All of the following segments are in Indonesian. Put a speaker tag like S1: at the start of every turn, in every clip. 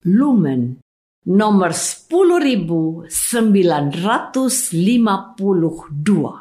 S1: Lumen nomor 10.952.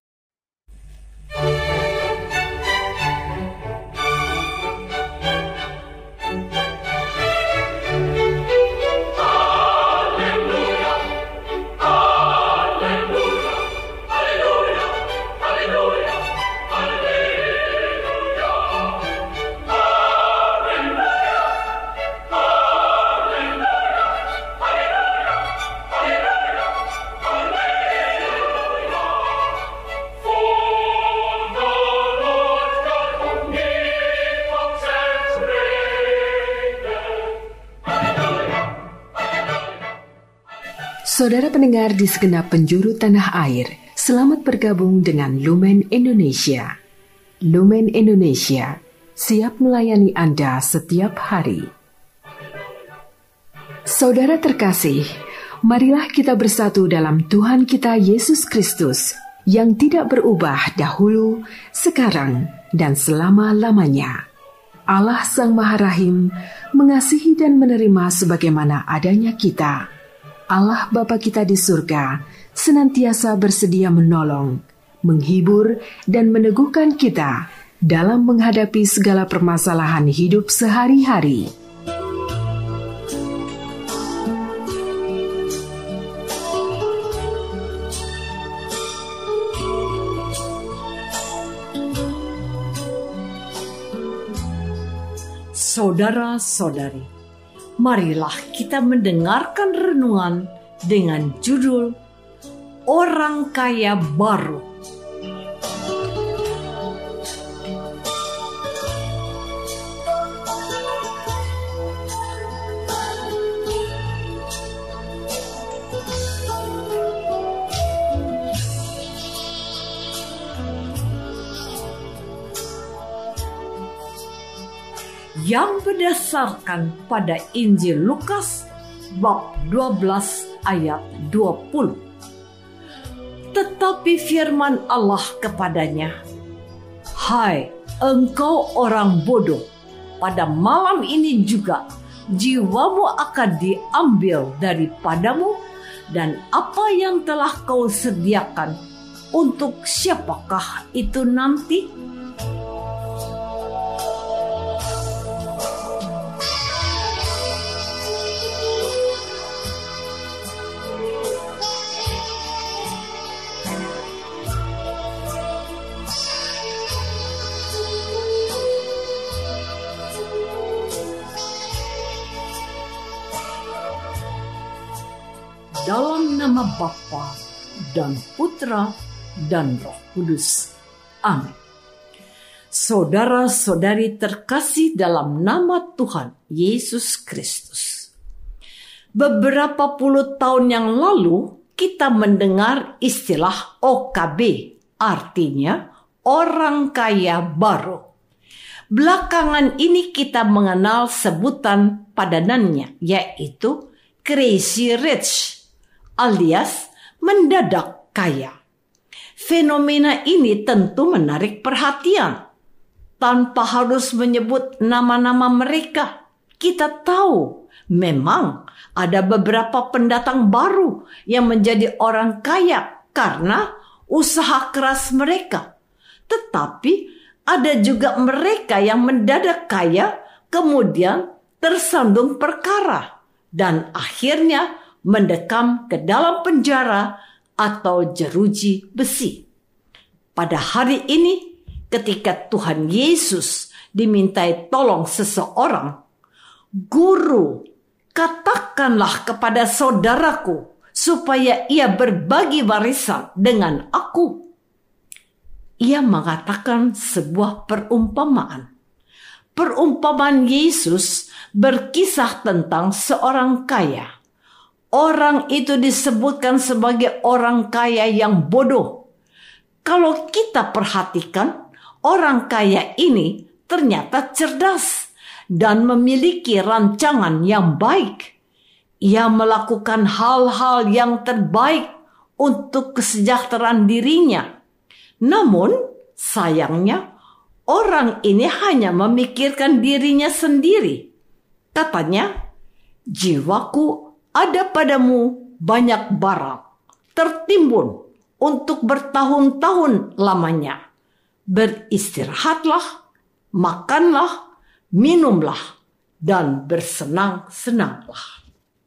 S2: Saudara pendengar di segenap penjuru tanah air, selamat bergabung dengan Lumen Indonesia. Lumen Indonesia siap melayani Anda setiap hari. Saudara terkasih, marilah kita bersatu dalam Tuhan kita Yesus Kristus yang tidak berubah dahulu, sekarang, dan selama-lamanya. Allah Sang Maha Rahim mengasihi dan menerima sebagaimana adanya kita. Allah Bapa kita di surga senantiasa bersedia menolong, menghibur, dan meneguhkan kita dalam menghadapi segala permasalahan hidup sehari-hari.
S1: Saudara-saudari, marilah kita mendengarkan renungan dengan judul Orang Kaya Baru. Yang berdasarkan pada Injil Lukas bab 12 ayat 20. Tetapi firman Allah kepadanya, "Hai engkau orang bodoh, pada malam ini juga jiwamu akan diambil daripadamu, dan apa yang telah kau sediakan, untuk siapakah itu nanti?" Dalam nama Bapa dan Putra dan Roh Kudus. Amin. Saudara-saudari terkasih dalam nama Tuhan Yesus Kristus. Beberapa puluh tahun yang lalu kita mendengar istilah OKB, artinya orang kaya baru. Belakangan ini kita mengenal sebutan padanannya, yaitu Crazy Rich, alias mendadak kaya. Fenomena ini tentu menarik perhatian. Tanpa harus menyebut nama-nama mereka, kita tahu memang ada beberapa pendatang baru yang menjadi orang kaya karena usaha keras mereka. Tetapi ada juga mereka yang mendadak kaya kemudian tersandung perkara dan akhirnya mendekam ke dalam penjara atau jeruji besi. Pada hari ini, ketika Tuhan Yesus dimintai tolong seseorang, "Guru, katakanlah kepada saudaraku supaya ia berbagi warisan dengan aku." Ia mengatakan sebuah perumpamaan. Perumpamaan Yesus berkisah tentang seorang kaya. Orang itu disebutkan sebagai orang kaya yang bodoh. Kalau kita perhatikan, orang kaya ini ternyata cerdas dan memiliki rancangan yang baik. Ia melakukan hal-hal yang terbaik untuk kesejahteraan dirinya. Namun, sayangnya, orang ini hanya memikirkan dirinya sendiri. Katanya, jiwaku ada padamu banyak barang, tertimbun untuk bertahun-tahun lamanya. Beristirahatlah, makanlah, minumlah, dan bersenang-senanglah.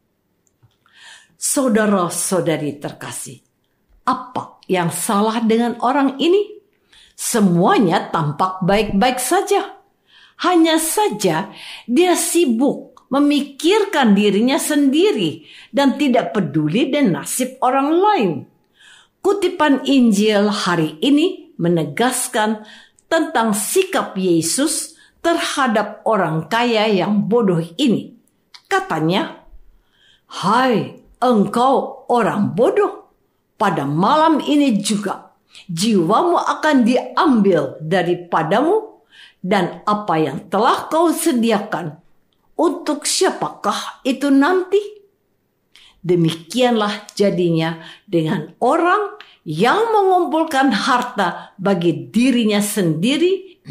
S1: Saudara-saudari terkasih, apa yang salah dengan orang ini? Semuanya tampak baik-baik saja. Hanya saja dia sibuk memikirkan dirinya sendiri dan tidak peduli dengan nasib orang lain. Kutipan Injil hari ini menegaskan tentang sikap Yesus terhadap orang kaya yang bodoh ini. Katanya, "Hai engkau orang bodoh, pada malam ini juga jiwamu akan diambil daripadamu, dan apa yang telah kau sediakan, untuk siapakah itu nanti?" Demikianlah jadinya dengan orang yang mengumpulkan harta bagi dirinya sendiri,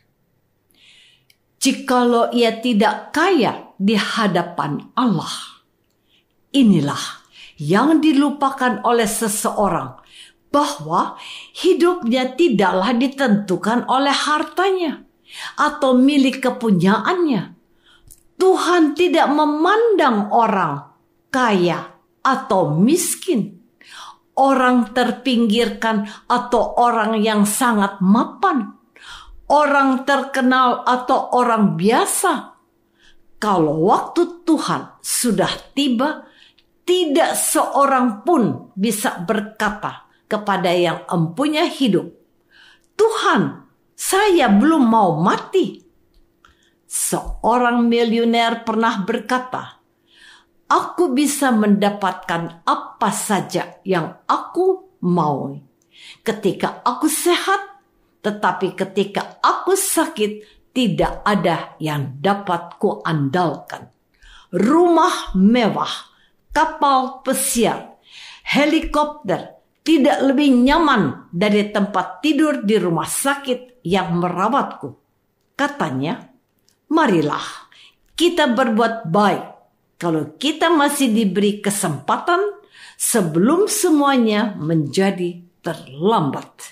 S1: jikalau ia tidak kaya di hadapan Allah. Inilah yang dilupakan oleh seseorang, bahwa hidupnya tidaklah ditentukan oleh hartanya atau milik kepunyaannya. Tuhan tidak memandang orang kaya atau miskin, orang terpinggirkan atau orang yang sangat mapan, orang terkenal atau orang biasa. Kalau waktu Tuhan sudah tiba, tidak seorang pun bisa berkata kepada yang empunya hidup, "Tuhan, saya belum mau mati." Seorang miliuner pernah berkata, "Aku bisa mendapatkan apa saja yang aku mau ketika aku sehat, tetapi ketika aku sakit tidak ada yang dapat kuandalkan. Rumah mewah, kapal pesiar, helikopter tidak lebih nyaman dari tempat tidur di rumah sakit yang merawatku." Katanya, marilah kita berbuat baik kalau kita masih diberi kesempatan sebelum semuanya menjadi terlambat.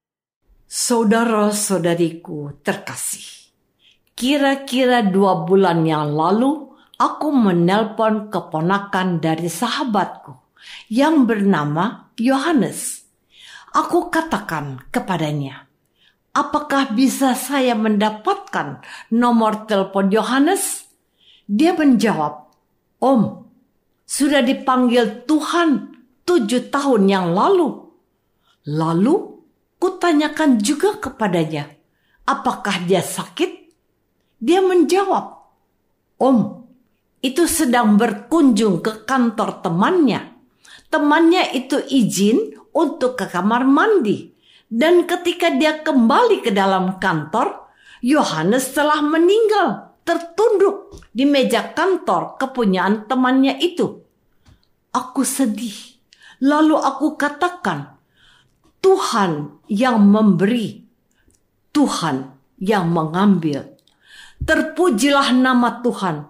S1: Saudara-saudariku terkasih, kira-kira 2 bulan yang lalu aku menelpon keponakan dari sahabatku yang bernama Yohanes. Aku katakan kepadanya, "Apakah bisa saya mendapatkan nomor telepon Yohanes?" Dia menjawab, "Om, sudah dipanggil Tuhan 7 tahun yang lalu." Lalu kutanyakan juga kepadanya, apakah dia sakit? Dia menjawab, "Om, itu sedang berkunjung ke kantor temannya. Temannya itu izin untuk ke kamar mandi. Dan ketika dia kembali ke dalam kantor, Yohanes telah meninggal, tertunduk di meja kantor kepunyaan temannya itu." Aku sedih. Lalu aku katakan, Tuhan yang memberi, Tuhan yang mengambil. Terpujilah nama Tuhan.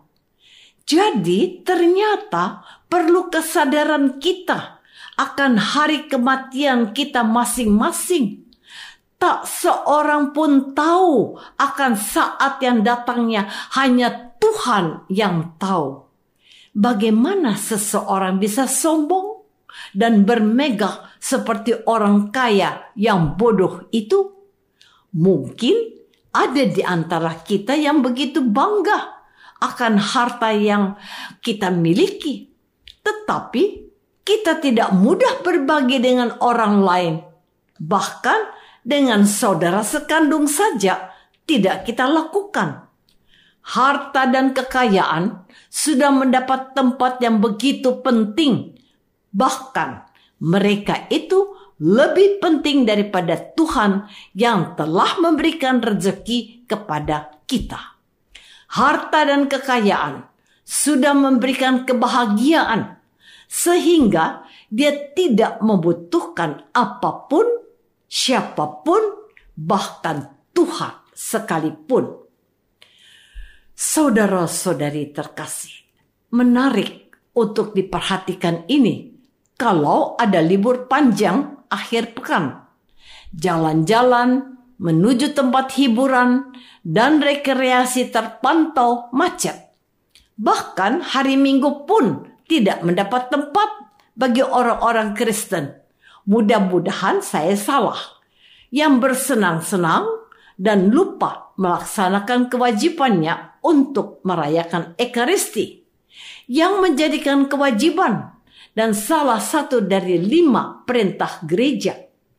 S1: Jadi ternyata perlu kesadaran kita akan hari kematian kita masing-masing. Tak seorang pun tahu akan saat yang datangnya, hanya Tuhan yang tahu. Bagaimana seseorang bisa sombong dan bermegah seperti orang kaya yang bodoh itu? Mungkin ada di antara kita yang begitu bangga akan harta yang kita miliki, tetapi kita tidak mudah berbagi dengan orang lain. Bahkan dengan saudara sekandung saja tidak kita lakukan. Harta dan kekayaan sudah mendapat tempat yang begitu penting. Bahkan mereka itu lebih penting daripada Tuhan yang telah memberikan rezeki kepada kita. Harta dan kekayaan sudah memberikan kebahagiaan, sehingga dia tidak membutuhkan apapun, siapapun, bahkan Tuhan sekalipun. Saudara-saudari terkasih, menarik untuk diperhatikan ini kalau ada libur panjang akhir pekan. Jalan-jalan menuju tempat hiburan dan rekreasi terpantau macet. Bahkan hari Minggu pun tidak mendapat tempat bagi orang-orang Kristen. Mudah-mudahan saya salah, yang bersenang-senang dan lupa melaksanakan kewajibannya untuk merayakan Ekaristi, yang menjadikan kewajiban dan salah satu dari 5 perintah gereja.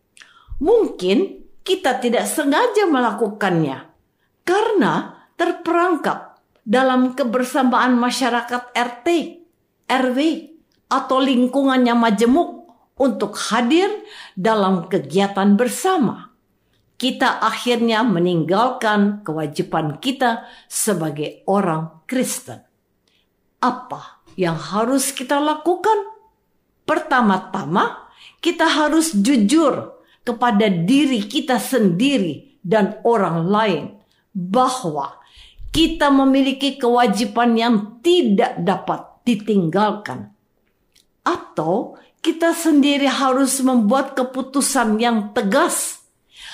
S1: Mungkin kita tidak sengaja melakukannya karena terperangkap dalam kebersamaan masyarakat RT, RW, atau lingkungannya majemuk untuk hadir dalam kegiatan bersama. Kita akhirnya meninggalkan kewajiban kita sebagai orang Kristen. Apa yang harus kita lakukan? Pertama-tama, kita harus jujur kepada diri kita sendiri dan orang lain bahwa kita memiliki kewajiban yang tidak dapat ditinggalkan. Atau kita sendiri harus membuat keputusan yang tegas.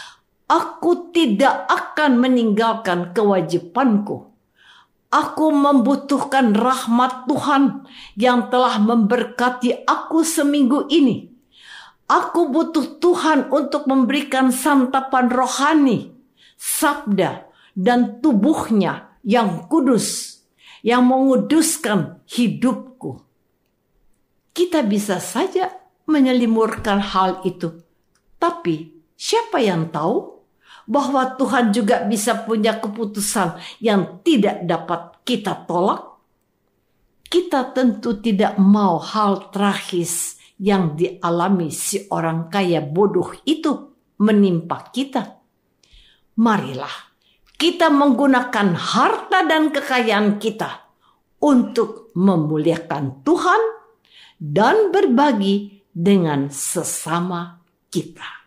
S1: Aku tidak akan meninggalkan kewajibanku. Aku membutuhkan rahmat Tuhan yang telah memberkati aku seminggu ini. Aku butuh Tuhan untuk memberikan santapan rohani, sabda, dan tubuhnya yang kudus, yang menguduskan hidupku. Kita bisa saja menyelimurkan hal itu. Tapi siapa yang tahu bahwa Tuhan juga bisa punya keputusan yang tidak dapat kita tolak? Kita tentu tidak mau hal tragis yang dialami si orang kaya bodoh itu menimpa kita. Marilah kita menggunakan harta dan kekayaan kita untuk memuliakan Tuhan dan berbagi dengan sesama kita.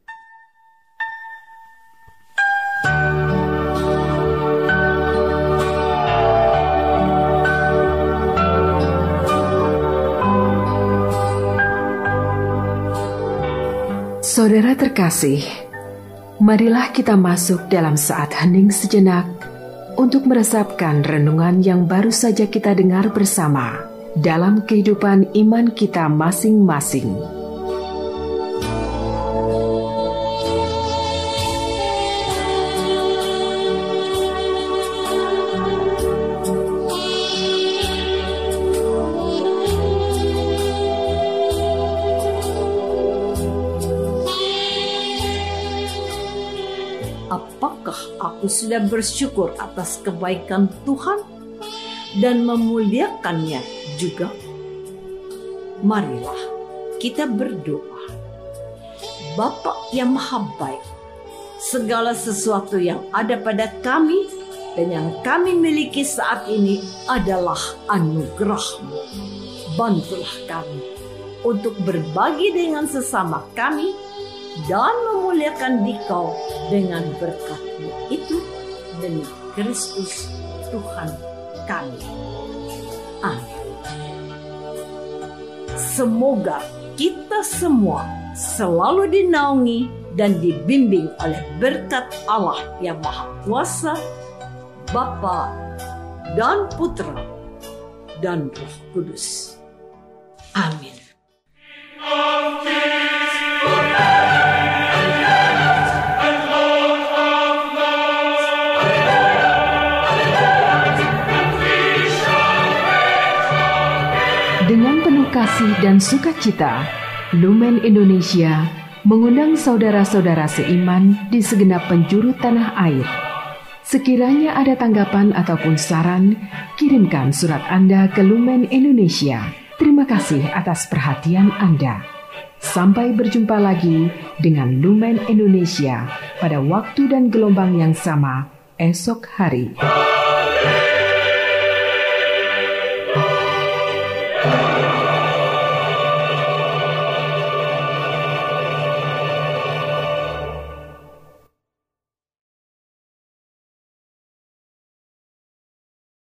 S2: Saudara terkasih, marilah kita masuk dalam saat hening sejenak untuk meresapkan renungan yang baru saja kita dengar bersama dalam kehidupan iman kita masing-masing.
S1: Apakah aku sudah bersyukur atas kebaikan Tuhan dan memuliakannya juga? Marilah kita berdoa. Bapa yang Maha Baik, segala sesuatu yang ada pada kami dan yang kami miliki saat ini adalah anugerah-Mu. Bantulah kami untuk berbagi dengan sesama kami dan memuliakan Dikau dengan berkat-Mu itu demi Kristus Tuhan kami. Amin. Semoga kita semua selalu dinaungi dan dibimbing oleh berkat Allah yang Maha Kuasa, Bapa dan Putra dan Roh Kudus. Amin.
S2: Dengan penuh kasih dan sukacita, Lumen Indonesia mengundang saudara-saudara seiman di segenap penjuru tanah air. Sekiranya ada tanggapan ataupun saran, kirimkan surat Anda ke Lumen Indonesia. Terima kasih atas perhatian Anda. Sampai berjumpa lagi dengan Lumen Indonesia pada waktu dan gelombang yang sama esok hari.